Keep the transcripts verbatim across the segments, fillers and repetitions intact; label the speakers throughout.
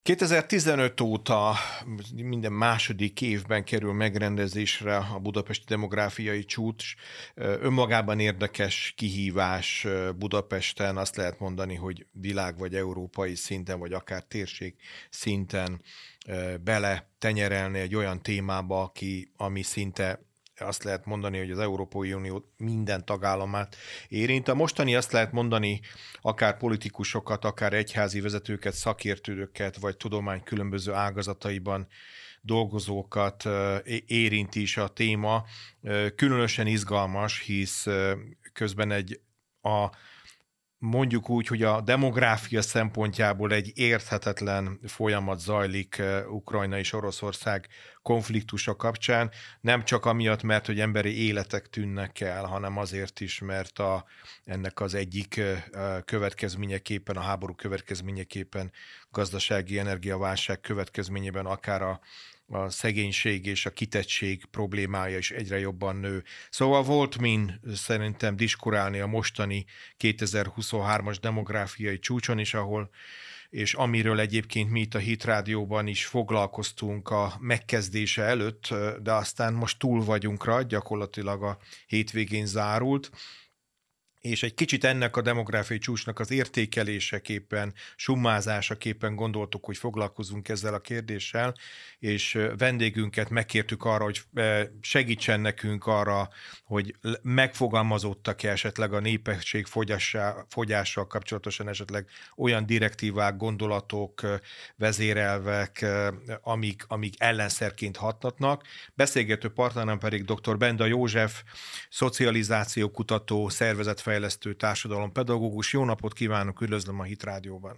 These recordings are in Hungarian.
Speaker 1: kétezer-tizenöt óta minden második évben kerül megrendezésre a budapesti demográfiai csúcs. Önmagában érdekes kihívás Budapesten, azt lehet mondani, hogy világ vagy európai szinten, vagy akár térség szinten bele tenyerelni egy olyan témába, aki, ami szinte azt lehet mondani, hogy az Európai Unió minden tagállamát érint. A mostani azt lehet mondani, akár politikusokat, akár egyházi vezetőket, szakértőket, vagy tudomány különböző ágazataiban dolgozókat érinti is a téma. Különösen izgalmas, hisz közben egy a mondjuk úgy, hogy a demográfia szempontjából egy érthetetlen folyamat zajlik Ukrajna és Oroszország konfliktusa kapcsán, nem csak amiatt, mert hogy emberi életek tűnnek el, hanem azért is, mert a, ennek az egyik következményeképpen, a háború következményeképpen, gazdasági energiaválság következményében akár a a szegénység és a kitettség problémája is egyre jobban nő. Szóval volt min szerintem diskurálni a mostani kétezer-huszonhármas demográfiai csúcson is, ahol, és amiről egyébként mi itt a Hit Rádióban is foglalkoztunk a megkezdése előtt, de aztán most túl vagyunk rá, gyakorlatilag a hétvégén zárult, és egy kicsit ennek a demográfiai csúcsnak az értékeléseképpen, summázásaképpen gondoltuk, hogy foglalkozunk ezzel a kérdéssel, és vendégünket megkértük arra, hogy segítsen nekünk arra, hogy megfogalmazódtak-e esetleg a népesség fogyással kapcsolatosan esetleg olyan direktívák, gondolatok, vezérelvek, amik, amik ellenszerként hatnak. Beszélgető partnerem pedig dr. Benda József, szocializációkutató, szervezetfejlesztő, fejlesztő társadalompedagógus. Jó napot kívánok, üdvözlöm a Hit Rádióban.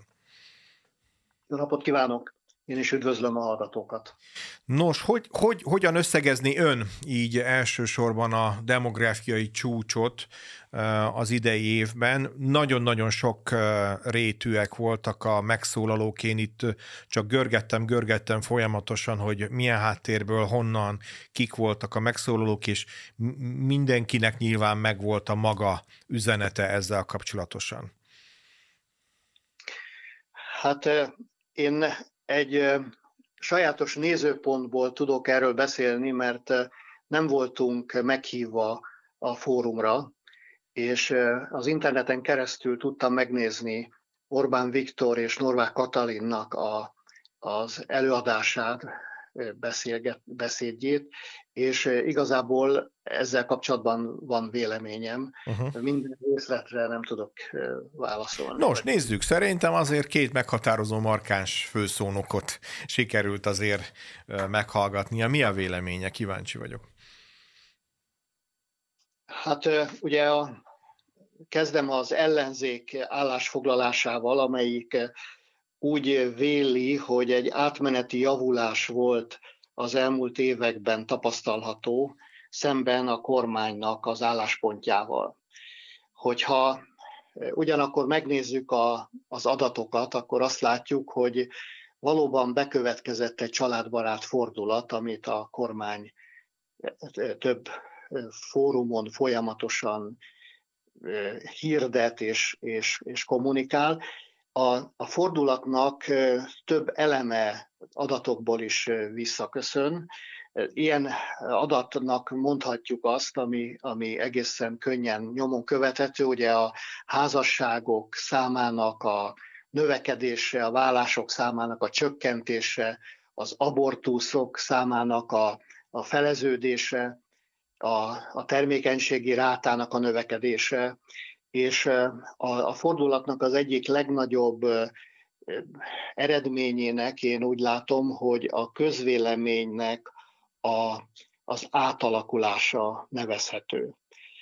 Speaker 2: Jó napot kívánok! Én is üdvözlöm a hallgatókat.
Speaker 1: Nos, hogy, hogy, hogyan összegezni ön így elsősorban a demográfiai csúcsot az idei évben? Nagyon-nagyon sok rétűek voltak a megszólalók, én itt csak görgettem, görgettem folyamatosan, hogy milyen háttérből, honnan, kik voltak a megszólalók, és mindenkinek nyilván megvolt a maga üzenete ezzel kapcsolatosan.
Speaker 2: Hát én egy sajátos nézőpontból tudok erről beszélni, mert nem voltunk meghívva a fórumra, és az interneten keresztül tudtam megnézni Orbán Viktor és Novák Katalinnak a, az előadását, beszélget, beszédjét, és igazából ezzel kapcsolatban van véleményem. Uh-huh. Minden részletre nem tudok válaszolni.
Speaker 1: Nos, nézzük, szerintem azért két meghatározó markáns főszónokot sikerült azért meghallgatnia. Mi a véleménye? Kíváncsi vagyok.
Speaker 2: Hát ugye a, kezdem az ellenzék állásfoglalásával, amelyik úgy véli, hogy egy átmeneti javulás volt az elmúlt években tapasztalható, szemben a kormánynak az álláspontjával. Hogyha ugyanakkor megnézzük a, az adatokat, akkor azt látjuk, hogy valóban bekövetkezett egy családbarát fordulat, amit a kormány több fórumon folyamatosan hirdet és, és, és kommunikál. A, a fordulatnak több eleme adatokból is visszaköszön. Ilyen adatnak mondhatjuk azt, ami, ami egészen könnyen nyomon követhető, ugye a házasságok számának a növekedése, a vállások számának a csökkentése, az abortuszok számának a, a feleződése, a, a termékenységi rátának a növekedése, és a, a fordulatnak az egyik legnagyobb eredményének én úgy látom, hogy a közvéleménynek a, az átalakulása nevezhető.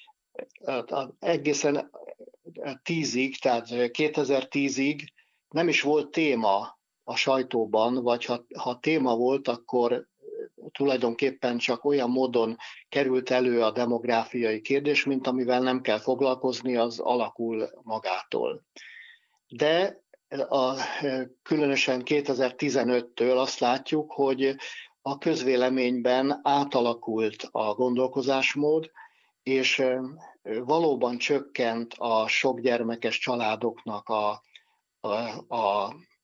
Speaker 2: Egészen tízig, tehát kétezer-tízig nem is volt téma a sajtóban, vagy ha, ha téma volt, akkor tulajdonképpen csak olyan módon került elő a demográfiai kérdés, mint amivel nem kell foglalkozni, az alakul magától. De a, különösen kétezer-tizenöttől azt látjuk, hogy a közvéleményben átalakult a gondolkozásmód, és valóban csökkent a sokgyermekes családoknak a, a, a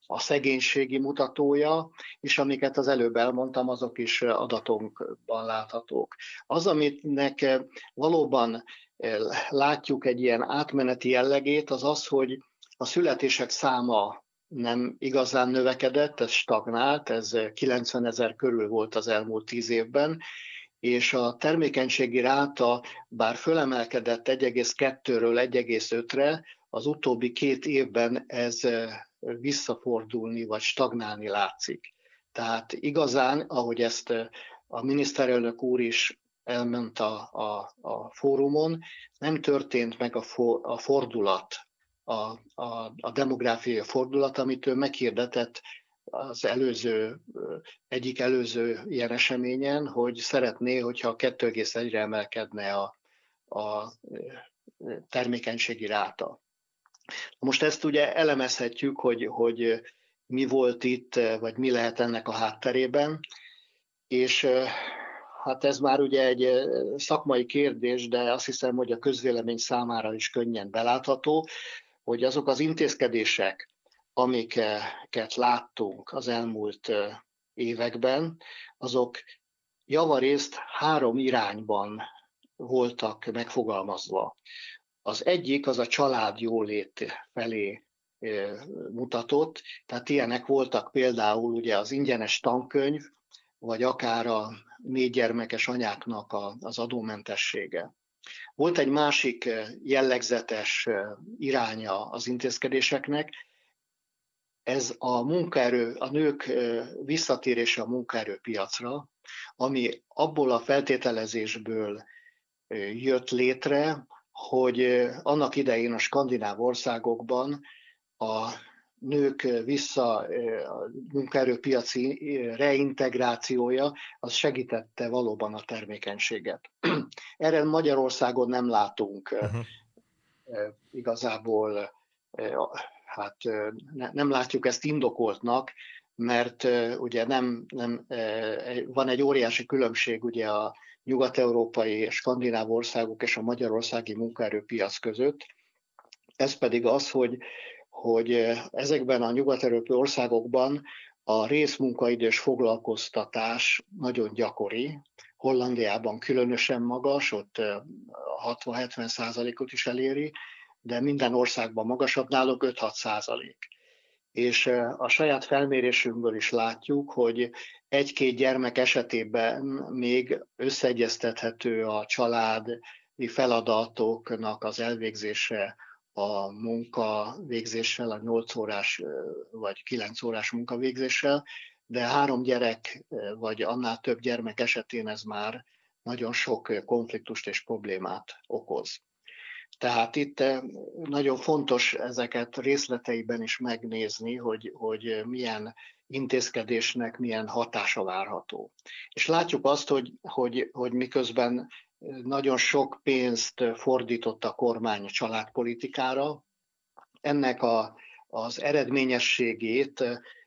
Speaker 2: a szegénységi mutatója, és amiket az előbb elmondtam, azok is adatokban láthatók. Az, aminek valóban látjuk egy ilyen átmeneti jellegét, az az, hogy a születések száma nem igazán növekedett, ez stagnált, ez kilencvenezer körül volt az elmúlt tíz évben, és a termékenységi ráta, bár fölemelkedett egy egész kettőről egy egész ötre, az utóbbi két évben ez visszafordulni vagy stagnálni látszik. Tehát igazán, ahogy ezt a miniszterelnök úr is elment a, a, a fórumon, nem történt meg a, for, a fordulat, a, a, a demográfiai fordulat, amit ő meghirdetett az előző, egyik előző ilyen eseményen, hogy szeretné, hogyha kettő egész egyre emelkedne a, a termékenységi ráta. Most ezt ugye elemezhetjük, hogy, hogy mi volt itt, vagy mi lehet ennek a hátterében, és hát ez már ugye egy szakmai kérdés, de azt hiszem, hogy a közvélemény számára is könnyen belátható, hogy azok az intézkedések, amiket láttunk az elmúlt években, azok javarészt három irányban voltak megfogalmazva. Az egyik az a család jólét felé mutatott, tehát ilyenek voltak például ugye az ingyenes tankönyv, vagy akár a négy gyermekes anyáknak az adómentessége. Volt egy másik jellegzetes iránya az intézkedéseknek, ez a munkaerő, a nők visszatérése a munkaerőpiacra, ami abból a feltételezésből jött létre, hogy annak idején a skandináv országokban a nők vissza a munkaerőpiaci reintegrációja, az segítette valóban a termékenységet. Erre Magyarországon nem látunk uh-huh. igazából, hát nem látjuk ezt indokoltnak, mert ugye nem, nem, van egy óriási különbség ugye a nyugat-európai és skandináv országok és a magyarországi munkaerőpiac között. Ez pedig az, hogy, hogy ezekben a nyugat-európai országokban a részmunkaidős foglalkoztatás nagyon gyakori, Hollandiában különösen magas, ott hatvan-hetven százalékot is eléri, de minden országban magasabb, náluk öt-hat százalék. És a saját felmérésünkből is látjuk, hogy egy-két gyermek esetében még összeegyeztethető a családi feladatoknak az elvégzése a munkavégzéssel, a nyolc órás vagy kilenc órás munkavégzéssel, de három gyerek vagy annál több gyermek esetén ez már nagyon sok konfliktust és problémát okoz. Tehát itt nagyon fontos ezeket részleteiben is megnézni, hogy, hogy milyen intézkedésnek milyen hatása várható. És látjuk azt, hogy, hogy, hogy miközben nagyon sok pénzt fordított a kormány a családpolitikára, ennek a, az eredményességét,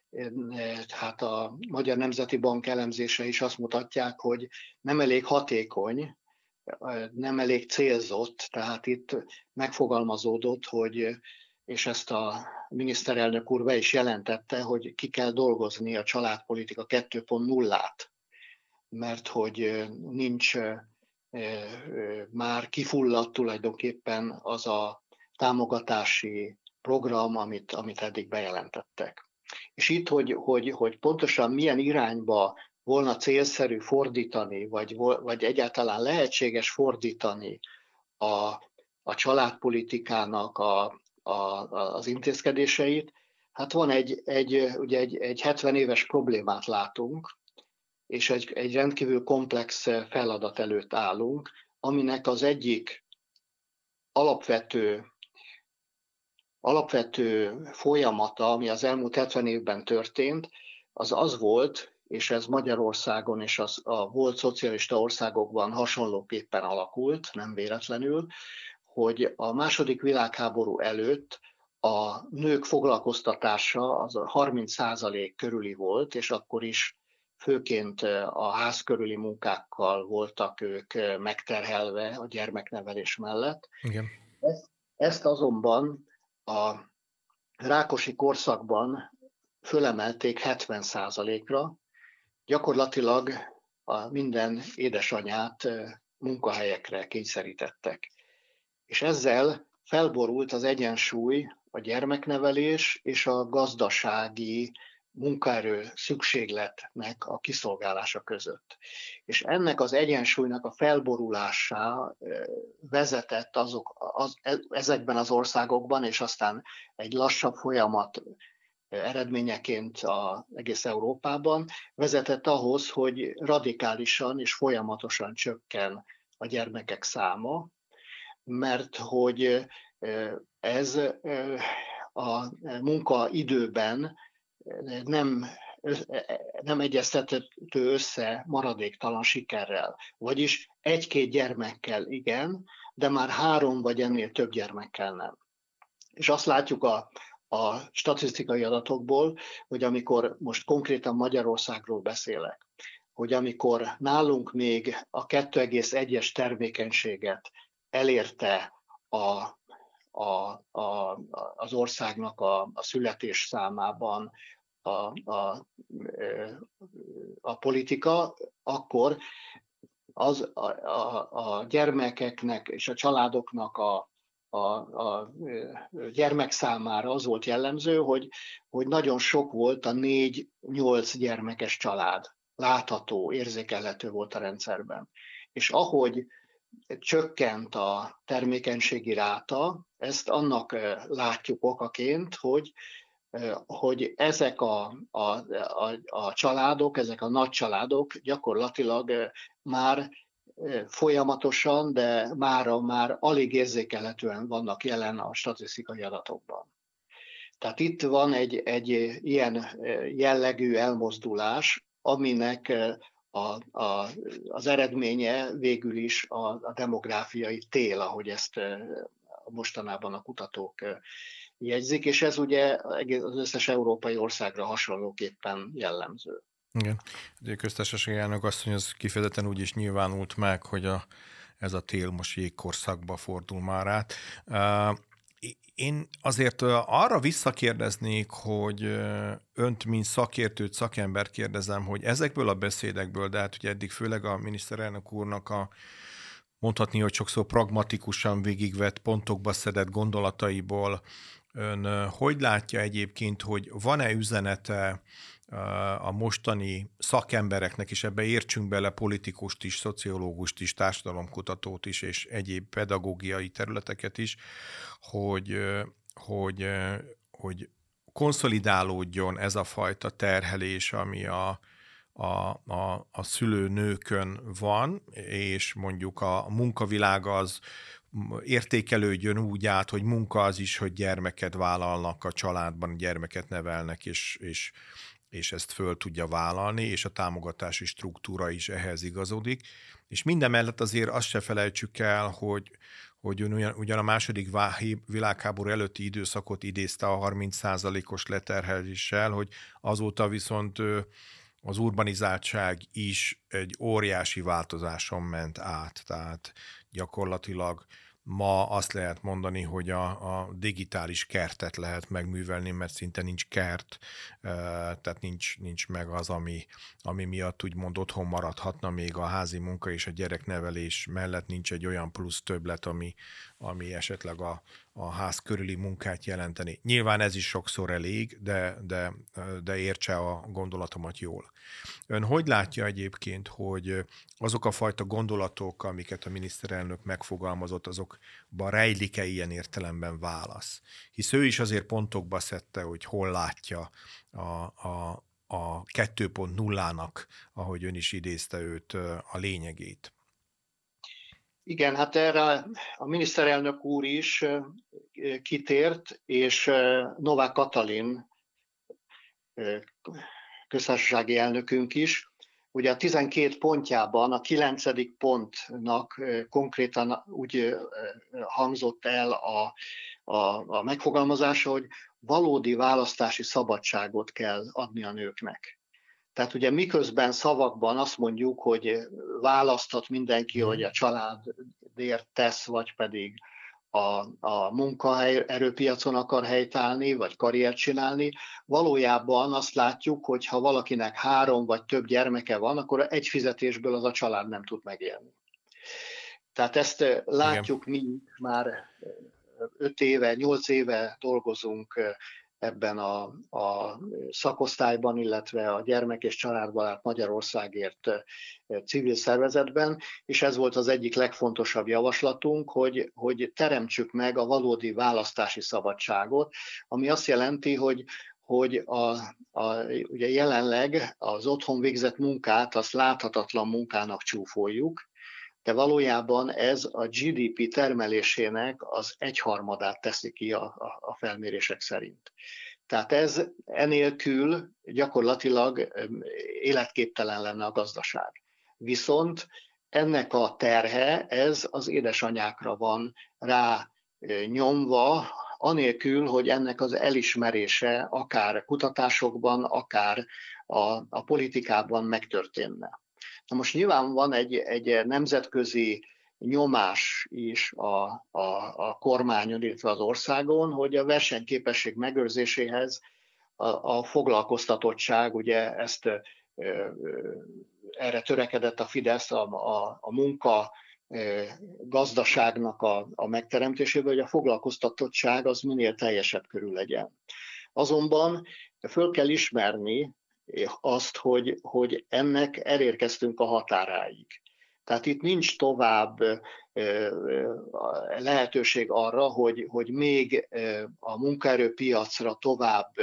Speaker 2: hát a Magyar Nemzeti Bank elemzése is azt mutatják, hogy nem elég hatékony, nem elég célzott, tehát itt megfogalmazódott, hogy, és ezt a miniszterelnök úr be is jelentette, hogy ki kell dolgozni a családpolitika kettő pont nullát, mert hogy nincs már kifulladt tulajdonképpen az a támogatási program, amit, amit eddig bejelentettek. És itt, hogy, hogy, hogy pontosan milyen irányba volna célszerű fordítani, vagy, vagy egyáltalán lehetséges fordítani a, a családpolitikának a, a, az intézkedéseit, hát van egy, egy, ugye egy, egy hetven éves problémát látunk, és egy, egy rendkívül komplex feladat előtt állunk, aminek az egyik alapvető, alapvető folyamata, ami az elmúlt hetven évben történt, az az volt, és ez Magyarországon és az, a volt szocialista országokban hasonlóképpen alakult, nem véletlenül, hogy a második világháború előtt a nők foglalkoztatása az harminc százalék körüli volt, és akkor is főként a ház körüli munkákkal voltak ők megterhelve a gyermeknevelés mellett.
Speaker 1: Igen.
Speaker 2: Ezt, ezt azonban a Rákosi korszakban fölemelték hetven százalékra, gyakorlatilag a minden édesanyát munkahelyekre kényszerítettek. És ezzel felborult az egyensúly a gyermeknevelés és a gazdasági munkaerő szükségletnek a kiszolgálása között. És ennek az egyensúlynak a felborulásá vezetett azok, az, ezekben az országokban, és aztán egy lassabb folyamat eredményeként az egész Európában, vezetett ahhoz, hogy radikálisan és folyamatosan csökken a gyermekek száma, mert hogy ez a munkaidőben nem, nem egyeztethető össze maradéktalan sikerrel. Vagyis egy-két gyermekkel igen, de már három vagy ennél több gyermekkel nem. És azt látjuk a, a statisztikai adatokból, hogy amikor most konkrétan Magyarországról beszélek, hogy amikor nálunk még a kettő egész egyes termékenységet elérte a, a, a, az országnak a, a születés számában a, a, a politika, akkor az a, a, a gyermekeknek és a családoknak a, a, a gyermek számára az volt jellemző, hogy, hogy nagyon sok volt a négy-nyolc gyermekes család. Látható, érzékelhető volt a rendszerben. És ahogy csökkent a termékenységi ráta, ezt annak látjuk okaként, hogy, hogy ezek a, a, a, a családok, ezek a nagy családok gyakorlatilag már folyamatosan, de mára már alig érzékelhetően vannak jelen a statisztikai adatokban. Tehát itt van egy, egy ilyen jellegű elmozdulás, aminek A, a, az eredménye végül is a, a demográfiai tél, ahogy ezt mostanában a kutatók jegyzik, és ez ugye az összes európai országra hasonlóképpen jellemző.
Speaker 1: Igen. A köztársasági elnök asszony az kifejezetten úgy is nyilvánult meg, hogy a, ez a tél most jégkorszakba fordul már át. Uh, Én azért arra visszakérdeznék, hogy önt, mint szakértőt, szakember kérdezem, hogy ezekből a beszédekből, de hát ugye eddig főleg a miniszterelnök úrnak a mondhatni, hogy sokszor pragmatikusan végigvett pontokba szedett gondolataiból ön hogy látja egyébként, hogy van-e üzenete a mostani szakembereknek, és ebbe értsünk bele politikust is, szociológust is, társadalomkutatót is, és egyéb pedagógiai területeket is, hogy, hogy, hogy konszolidálódjon ez a fajta terhelés, ami a, a, a, a szülőnőkön van, és mondjuk a munkavilág az értékelődjön úgy át, hogy munka az is, hogy gyermeket vállalnak a családban, gyermeket nevelnek, és, és és ezt föl tudja vállalni, és a támogatási struktúra is ehhez igazodik. És mindemellett azért azt se felejtsük el, hogy, hogy ugyan, ugyan a második világháború előtti időszakot idézte a harminc százalékos leterheléssel, hogy azóta viszont az urbanizáltság is egy óriási változáson ment át. Tehát gyakorlatilag ma azt lehet mondani, hogy a, a digitális kertet lehet megművelni, mert szinte nincs kert, tehát nincs, nincs meg az, ami, ami miatt úgymond otthon maradhatna még a házi munka és a gyereknevelés mellett, nincs egy olyan plusz többlet, ami, ami esetleg a, a ház körüli munkát jelenteni. Nyilván ez is sokszor elég, de, de, de értse a gondolatomat jól. Ön hogy látja egyébként, hogy azok a fajta gondolatok, amiket a miniszterelnök megfogalmazott, azokban rejlik-e ilyen értelemben válasz? Hisz ő is azért pontokba szedte, hogy hol látja a, a, a kettő pont nullának, ahogy ön is idézte őt, a lényegét.
Speaker 2: Igen, hát erre a miniszterelnök úr is kitért, és Novák Katalin köztársasági elnökünk is. Ugye a tizenkét pontjában a kilencedik pontnak konkrétan úgy hangzott el a, a, a megfogalmazása, hogy valódi választási szabadságot kell adni a nőknek. Tehát ugye miközben szavakban azt mondjuk, hogy választhat mindenki, hogy a családért tesz, vagy pedig a, a munkaerőpiacon akar helytállni, vagy karriert csinálni. Valójában azt látjuk, hogy ha valakinek három vagy több gyermeke van, akkor egy fizetésből az a család nem tud megélni. Tehát ezt látjuk mi már öt éve, nyolc éve dolgozunk ebben a, a szakosztályban, illetve a Gyermek és Családbarát Magyarországért civil szervezetben, és ez volt az egyik legfontosabb javaslatunk, hogy, hogy teremtsük meg a valódi választási szabadságot, ami azt jelenti, hogy hogy a, a, ugye jelenleg az otthon végzett munkát, azt láthatatlan munkának csúfoljuk, de valójában ez a gé dé pé termelésének az egyharmadát teszi ki a, a, a felmérések szerint. Tehát ez enélkül gyakorlatilag életképtelen lenne a gazdaság. Viszont ennek a terhe, ez az édesanyákra van rá nyomva, anélkül, hogy ennek az elismerése akár kutatásokban, akár a, a politikában megtörténne. Na most nyilván van egy, egy nemzetközi nyomás is a, a, a kormányon, illetve az országon, hogy a versenyképesség megőrzéséhez a, a foglalkoztatottság, ugye ezt e, e, erre törekedett a Fidesz, a, a, a munka e, gazdaságnak a, a megteremtésében, hogy a foglalkoztatottság az minél teljesebb körül legyen. Azonban föl kell ismerni azt, hogy, hogy ennek elérkeztünk a határáig. Tehát itt nincs tovább lehetőség arra, hogy, hogy még a munkaerőpiacra tovább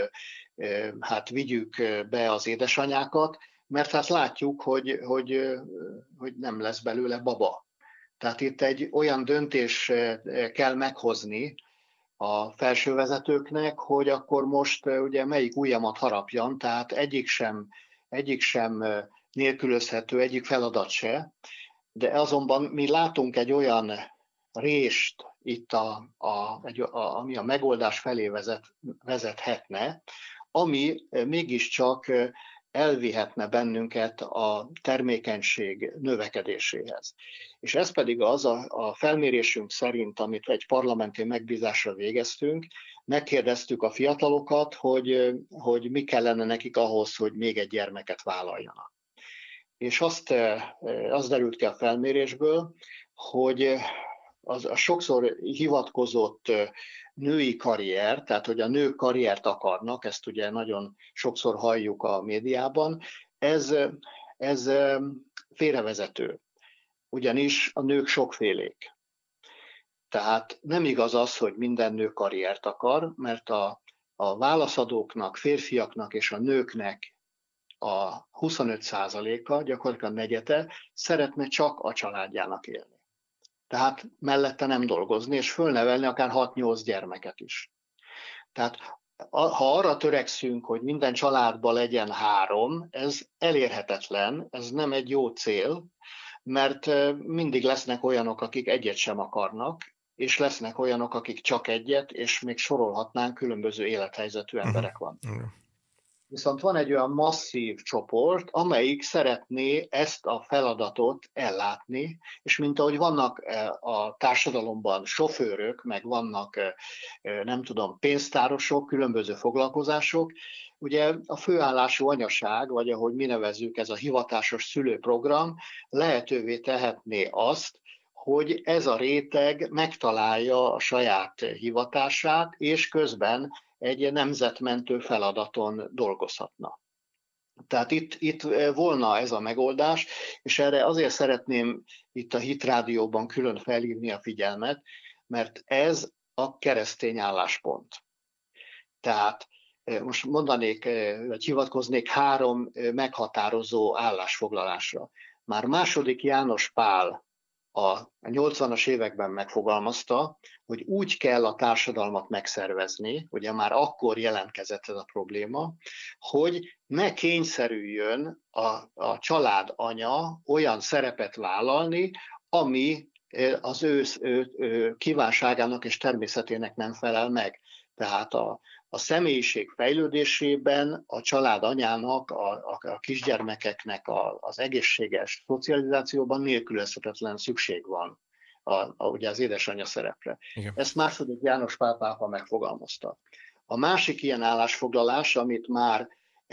Speaker 2: hát vigyük be az édesanyákat, mert hát látjuk, hogy, hogy, hogy nem lesz belőle baba. Tehát itt egy olyan döntés kell meghozni a felsővezetőknek, hogy akkor most ugye melyik ujjamat harapjam, tehát egyik sem, egyik sem nélkülözhető, egyik feladat se, de azonban mi látunk egy olyan rést itt, a, a, egy, a, ami a megoldás felé vezet, vezethetne, ami mégiscsak elvihetne bennünket a termékenység növekedéséhez. És ez pedig az a, a felmérésünk szerint, amit egy parlamenti megbízásra végeztünk, megkérdeztük a fiatalokat, hogy, hogy mi kellene nekik ahhoz, hogy még egy gyermeket vállaljanak. És azt, az derült ki a felmérésből, hogy az a sokszor hivatkozott női karrier, tehát hogy a nők karriert akarnak, ezt ugye nagyon sokszor halljuk a médiában, ez, ez félrevezető, ugyanis a nők sokfélék. Tehát nem igaz az, hogy minden nő karriert akar, mert a, a válaszadóknak, férfiaknak és a nőknek a huszonöt százaléka, gyakorlatilag negyede szeretne csak a családjának élni. Tehát mellette nem dolgozni, és fölnevelni akár hat-nyolc gyermeket is. Tehát ha arra törekszünk, hogy minden családban legyen három, ez elérhetetlen, ez nem egy jó cél, mert mindig lesznek olyanok, akik egyet sem akarnak, és lesznek olyanok, akik csak egyet, és még sorolhatnánk, különböző élethelyzetű emberek vannak. Uh-huh. Viszont van egy olyan masszív csoport, amelyik szeretné ezt a feladatot ellátni, és mint ahogy vannak a társadalomban sofőrök, meg vannak, nem tudom, pénztárosok, különböző foglalkozások, ugye a főállású anyaság, vagy ahogy mi nevezzük, ez a hivatásos szülőprogram lehetővé tehetné azt, hogy ez a réteg megtalálja a saját hivatását, és közben egy nemzetmentő feladaton dolgozhatna. Tehát itt, itt volna ez a megoldás, és erre azért szeretném itt a Hit Rádióban külön felhívni a figyelmet, mert ez a keresztény álláspont. Tehát most mondanék, vagy hivatkoznék három meghatározó állásfoglalásra. Már második János Pál a nyolcvanas években megfogalmazta, hogy úgy kell a társadalmat megszervezni, ugye már akkor jelentkezett ez a probléma, hogy ne kényszerüljön a, a család anya olyan szerepet vállalni, ami az ő, ő, ő kívánságának és természetének nem felel meg. Tehát a, a személyiség fejlődésében a család anyának, a, a, a kisgyermekeknek a, az egészséges szocializációban nélkülözhetetlen szükség van a, a, ugye az édesanyja szerepre.
Speaker 1: Igen.
Speaker 2: Ezt második János Pál pápa megfogalmazta. A másik ilyen állásfoglalás, amit már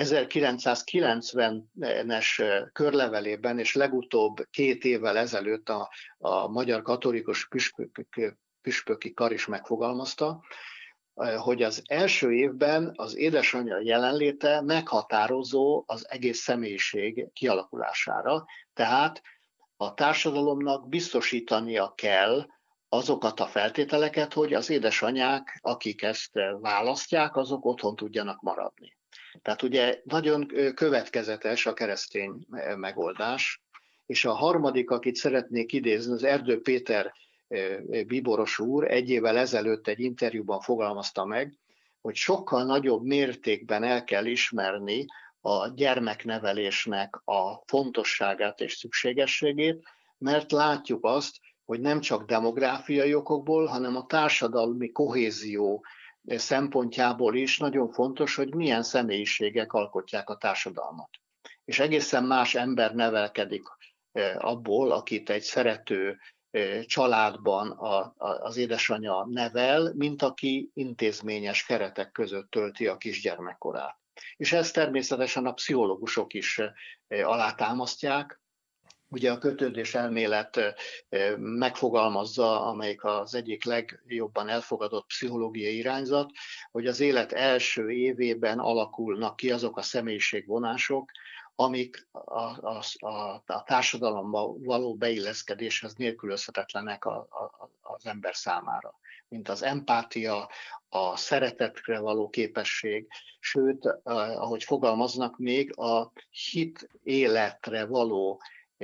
Speaker 2: ezerkilencszázkilencvenes körlevelében, és legutóbb két évvel ezelőtt a, a Magyar Katolikus Püspök, Püspöki Kar is megfogalmazta, hogy az első évben az édesanyja jelenléte meghatározó az egész személyiség kialakulására, tehát a társadalomnak biztosítania kell azokat a feltételeket, hogy az édesanyák, akik ezt választják, azok otthon tudjanak maradni. Tehát ugye nagyon következetes a keresztény megoldás, és a harmadik, akit szeretnék idézni, az Erdő Péter bíboros úr egy évvel ezelőtt egy interjúban fogalmazta meg, hogy sokkal nagyobb mértékben el kell ismerni a gyermeknevelésnek a fontosságát és szükségességét, mert látjuk azt, hogy nem csak demográfiai okokból, hanem a társadalmi kohézió szempontjából is nagyon fontos, hogy milyen személyiségek alkotják a társadalmat. És egészen más ember nevelkedik abból, akit egy szerető családban a, a, az édesanyja nevel, mint aki intézményes keretek között tölti a kisgyermekkorát. És ezt természetesen a pszichológusok is alátámasztják. Ugye a kötődés elmélet megfogalmazza, amelyik az egyik legjobban elfogadott pszichológiai irányzat, hogy az élet első évében alakulnak ki azok a személyiségvonások, amik a, a, a, a társadalomba való beilleszkedéshez nélkülözhetetlenek a, a, az ember számára. Mint az empátia, a szeretetre való képesség, sőt, ahogy fogalmaznak, még a hit életre való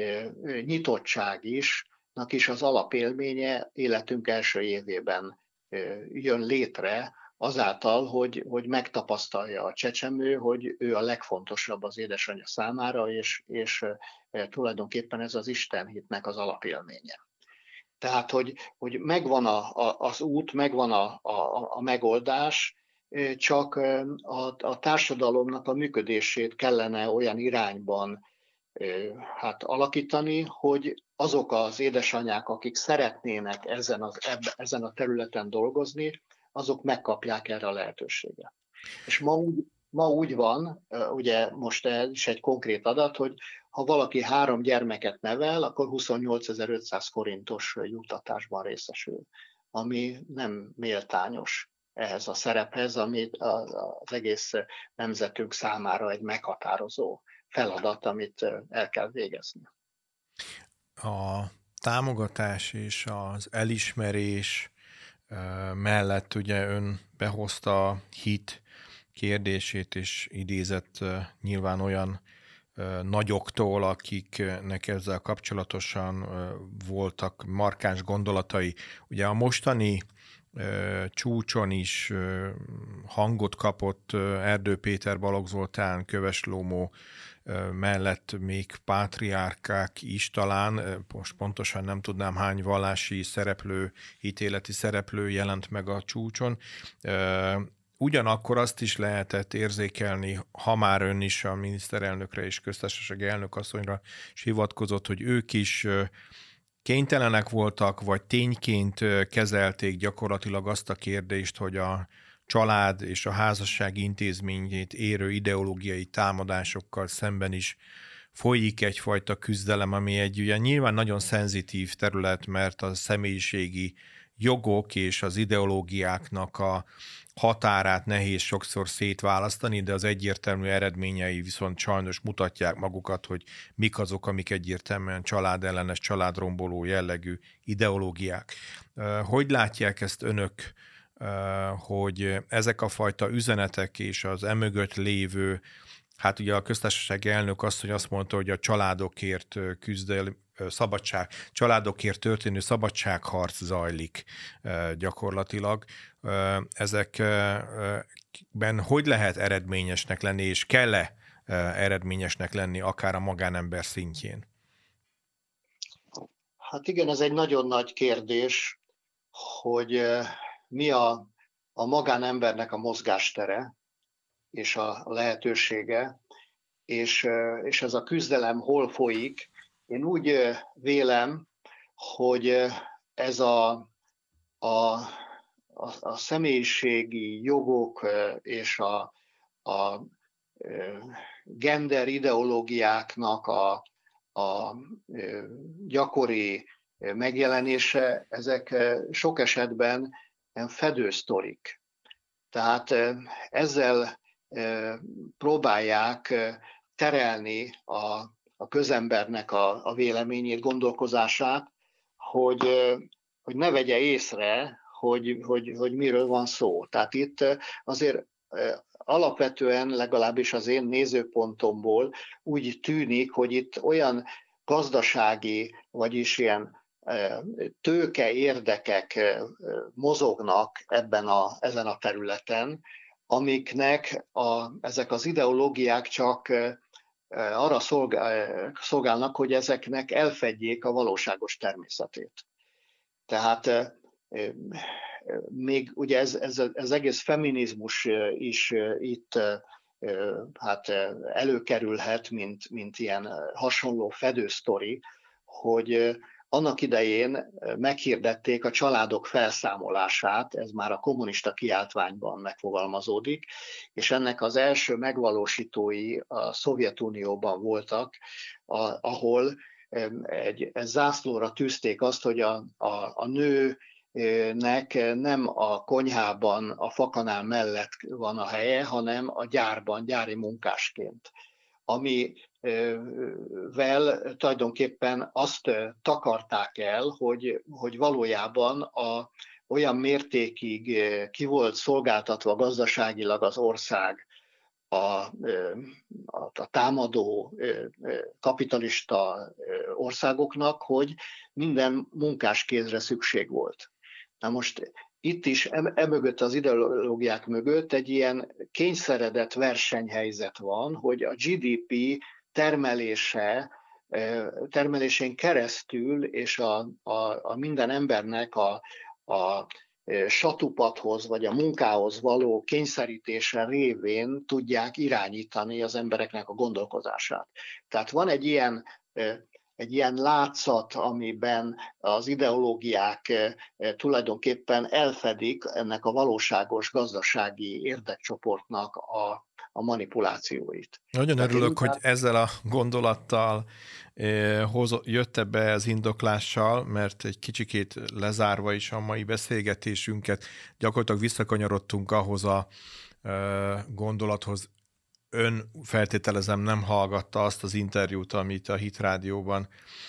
Speaker 2: nyitottság is, is az alapélménye életünk első évében jön létre, azáltal, hogy, hogy megtapasztalja a csecsemő, hogy ő a legfontosabb az édesanyja számára, és, és tulajdonképpen ez az istenhitnek az alapélménye. Tehát, hogy, hogy megvan a, a, az út, megvan a, a, a megoldás, csak a, a társadalomnak a működését kellene olyan irányban hát alakítani, hogy azok az édesanyák, akik szeretnének ezen, az, ezen a területen dolgozni, azok megkapják erre a lehetőséget. És ma úgy, ma úgy van, ugye most ez is egy konkrét adat, hogy ha valaki három gyermeket nevel, akkor huszonnyolcezer-ötszáz forintos juttatásban részesül, ami nem méltányos ehhez a szerephez, ami az egész nemzetünk számára egy meghatározó feladat, amit el kell végezni.
Speaker 1: A támogatás és az elismerés mellett ugye ön behozta a hit kérdését, és idézett nyilván olyan nagyoktól, akiknek ezzel kapcsolatosan voltak markáns gondolatai. Ugye a mostani csúcson is hangot kapott Erdő Péter, Balogh Zoltán, Köves Lómó mellett még pátriárkák is talán, most pontosan nem tudnám hány vallási szereplő, ítéleti szereplő jelent meg a csúcson. Ugyanakkor azt is lehetett érzékelni, ha már ön is a miniszterelnökre és köztársasági elnökasszonyra is hivatkozott, hogy ők is kénytelenek voltak, vagy tényként kezelték gyakorlatilag azt a kérdést, hogy a család és a házasság intézményét érő ideológiai támadásokkal szemben is folyik egyfajta küzdelem, ami egy ugye nyilván nagyon szenzitív terület, mert a személyiségi jogok és az ideológiáknak a határát nehéz sokszor szétválasztani, de az egyértelmű eredményei viszont sajnos mutatják magukat, hogy mik azok, amik egyértelműen családellenes, családromboló jellegű ideológiák. Hogy látják ezt önök, hogy ezek a fajta üzenetek és az emögött lévő, hát ugye a köztársasági elnök azt, hogy azt mondta, hogy a családokért küzdel, szabadság, családokért történő szabadságharc zajlik gyakorlatilag. Ezekben hogy lehet eredményesnek lenni, és kell-e eredményesnek lenni akár a magánember szintjén?
Speaker 2: Hát igen, ez egy nagyon nagy kérdés, hogy mi a, a magánembernek a mozgástere és a lehetősége, és, és ez a küzdelem hol folyik. Én úgy vélem, hogy ez a, a, a, a személyiségi jogok és a, a gender ideológiáknak a, a gyakori megjelenése, ezek sok esetben fedősztorik. Tehát ezzel próbálják terelni a, a közembernek a, a véleményét, gondolkozását, hogy, hogy ne vegye észre, hogy, hogy, hogy miről van szó. Tehát itt azért alapvetően, legalábbis az én nézőpontomból úgy tűnik, hogy itt olyan gazdasági, vagyis ilyen tőke érdekek mozognak ebben a, ezen a területen, amiknek a, ezek az ideológiák csak arra szolgál, szolgálnak, hogy ezeknek elfedjék a valóságos természetét. Tehát még ugye ez, ez az egész feminizmus is itt hát előkerülhet, mint, mint ilyen hasonló fedősztori, hogy annak idején meghirdették a családok felszámolását, ez már a kommunista kiáltványban megfogalmazódik, és ennek az első megvalósítói a Szovjetunióban voltak, ahol egy, egy zászlóra tűzték azt, hogy a, a, a nőnek nem a konyhában, a fakanál mellett van a helye, hanem a gyárban, gyári munkásként. Amivel tulajdonképpen azt takarták el, hogy, hogy valójában a, olyan mértékig ki volt szolgáltatva gazdaságilag az ország a, a, a támadó kapitalista országoknak, hogy minden munkáskézre szükség volt. Na most itt is emögött az ideológiák mögött egy ilyen kényszeredett versenyhelyzet van, hogy a gé dé pé termelése, termelésén keresztül és a, a, a minden embernek a, a satupadhoz vagy a munkához való kényszerítése révén tudják irányítani az embereknek a gondolkozását. Tehát van egy ilyen egy ilyen látszat, amiben az ideológiák tulajdonképpen elfedik ennek a valóságos gazdasági érdekcsoportnak a, a manipulációit.
Speaker 1: Nagyon Tehát örülök, inkább... hogy ezzel a gondolattal eh, hozott, jött ebbe az indoklással, mert egy kicsikét lezárva is a mai beszélgetésünket, gyakorlatilag visszakanyarodtunk ahhoz a eh, gondolathoz. Ön, feltételezem, nem hallgatta azt az interjút, amit a Hit Rádióban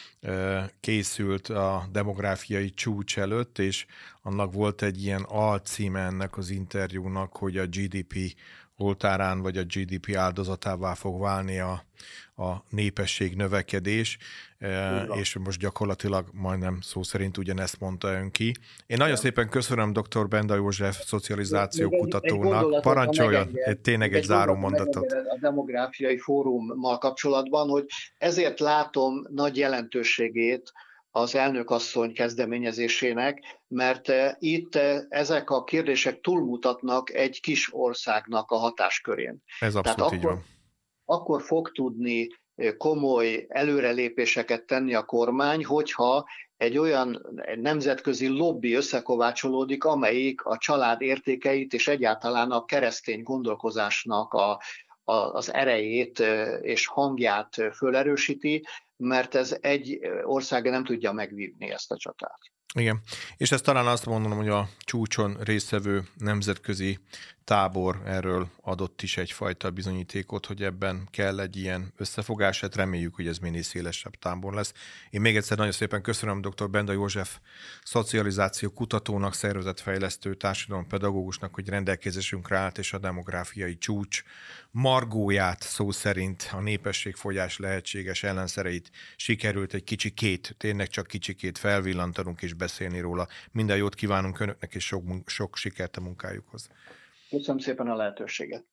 Speaker 1: készült a demográfiai csúcs előtt, és annak volt egy ilyen alcíme ennek az interjúnak, hogy a gé dé pé oltárán vagy a gé dé pé áldozatává fog válni a, a népesség növekedés, e, és most gyakorlatilag majdnem szó szerint ugyanezt mondta ön ki. Én nagyon szépen köszönöm dr. Benda József szocializáció egy, kutatónak. Egy Parancsoljon, egy, tényleg egy, egy záró mondatot.
Speaker 2: A demográfiai fórummal kapcsolatban, hogy ezért látom nagy jelentőségét az elnökasszony kezdeményezésének, mert itt ezek a kérdések túlmutatnak egy kis országnak a hatáskörén.
Speaker 1: Ez abszolút Tehát így
Speaker 2: akkor,
Speaker 1: van.
Speaker 2: Akkor fog tudni komoly előrelépéseket tenni a kormány, hogyha egy olyan egy nemzetközi lobby összekovácsolódik, amelyik a család értékeit és egyáltalán a keresztény gondolkozásnak a, a, az erejét és hangját fölerősíti, mert ez egy ország nem tudja megvívni ezt a csatát.
Speaker 1: Igen, és ezt talán azt mondanom, hogy a csúcson résztvevő nemzetközi tábor erről adott is egyfajta bizonyítékot, hogy ebben kell egy ilyen összefogás, hát reméljük, hogy ez minél szélesebb tábor lesz. Én még egyszer nagyon szépen köszönöm dr. Benda József szocializáció kutatónak, szervezetfejlesztő, társadalompedagógusnak, hogy rendelkezésünkre állt, és a demográfiai csúcs margóját szó szerint a népességfogyás lehetséges ellenszereit sikerült egy kicsikét, tényleg csak kicsikét felvillantanunk és beszélni róla. Minden jót kívánunk önöknek, és sok, sok sikert a munkájukhoz.
Speaker 2: Köszönöm szépen a lehetőséget.